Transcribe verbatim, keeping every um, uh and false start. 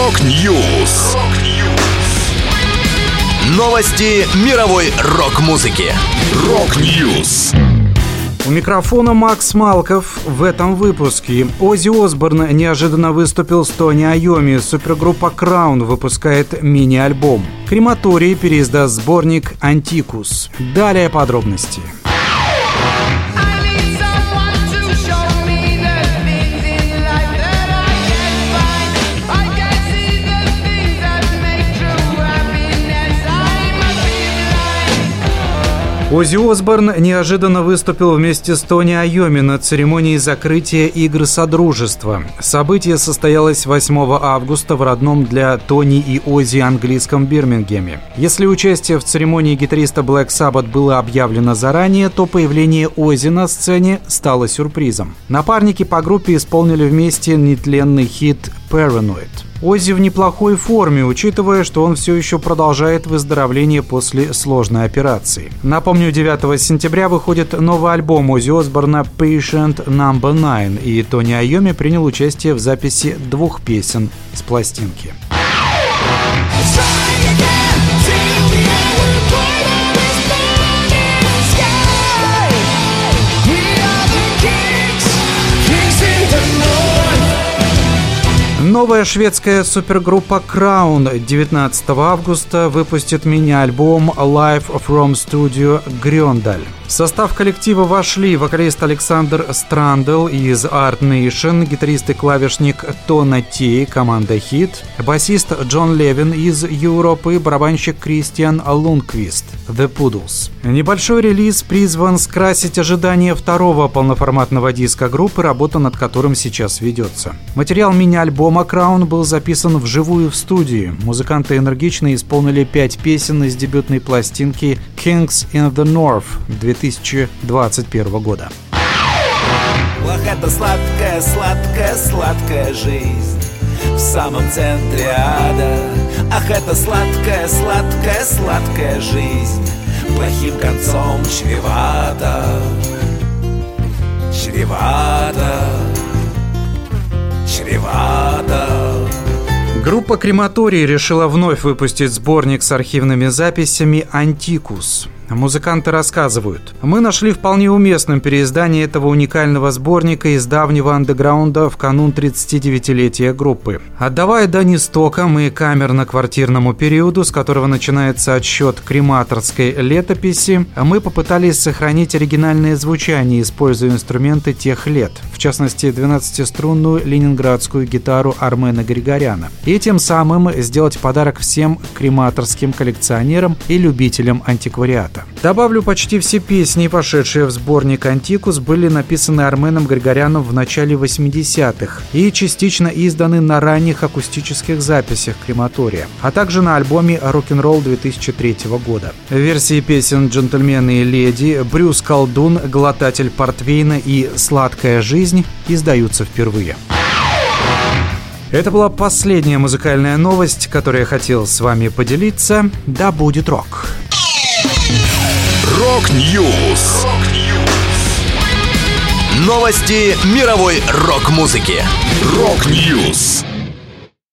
Рок-Ньюс. Новости мировой рок-музыки. Рок-Ньюс. У микрофона Макс Малков. В этом выпуске Оззи Осборн неожиданно выступил с Тони Айоми. Супергруппа Краун выпускает мини-альбом. Крематорий переиздаст сборник «Антикус». Далее подробности. Оззи Осборн неожиданно выступил вместе с Тони Айоми на церемонии закрытия Игр Содружества. Событие состоялось восьмого августа в родном для Тони и Оззи английском Бирмингеме. Если участие в церемонии гитариста Black Sabbath было объявлено заранее, то появление Оззи на сцене стало сюрпризом. Напарники по группе исполнили вместе нетленный хит «Paranoid». Оззи в неплохой форме, учитывая, что он все еще продолжает выздоровление после сложной операции. Напомню, девятого сентября выходит новый альбом Оззи Осборна «Patient номер девять», и Тони Айоми принял участие в записи двух песен с пластинки. Новая шведская супергруппа Краун девятнадцатого августа выпустит мини-альбом «Live from Studio Gröndal». В состав коллектива вошли вокалист Александр Страндл из Art Nation, гитарист и клавишник Тона Тей, команда Hit, басист Джон Левин из Европы и барабанщик Кристиан Лундквист, The Poodles. Небольшой релиз призван скрасить ожидания второго полноформатного диска группы, работа над которым сейчас ведется. Материал мини-альбома Краун был записан вживую в студии. Музыканты энергично исполнили пять песен из дебютной пластинки Kings in the North две тысячи двадцать первого года. Ах, это сладкая, сладкая, сладкая жизнь в самом центре ада. Ах, это сладкая, сладкая, сладкая жизнь плохим концом чревата, чревата, чревата. Группа «Крематорий» решила вновь выпустить сборник с архивными записями «Антикус». Музыканты рассказывают: «Мы нашли вполне уместным переиздание этого уникального сборника из давнего андеграунда в канун тридцатидевятилетия группы. Отдавая дань истокам и камерно-квартирному периоду, с которого начинается отсчет крематорской летописи, мы попытались сохранить оригинальное звучание, используя инструменты тех лет, в частности двенадцатиструнную ленинградскую гитару Армена Григоряна, и тем самым сделать подарок всем крематорским коллекционерам и любителям антиквариата. Добавлю, почти все песни, вошедшие в сборник «Антикус», были написаны Арменом Григоряном в начале восьмидесятых и частично изданы на ранних акустических записях «Крематория», а также на альбоме «Рок-н-ролл» две тысячи третьего года. Версии песен «Джентльмены и леди», «Брюс Колдун», «Глотатель портвейна» и «Сладкая жизнь» издаются впервые. Это была последняя музыкальная новость, которую я хотел с вами поделиться. Да будет рок! Рок-Ньюс. Новости мировой рок-музыки. Рок-Ньюс.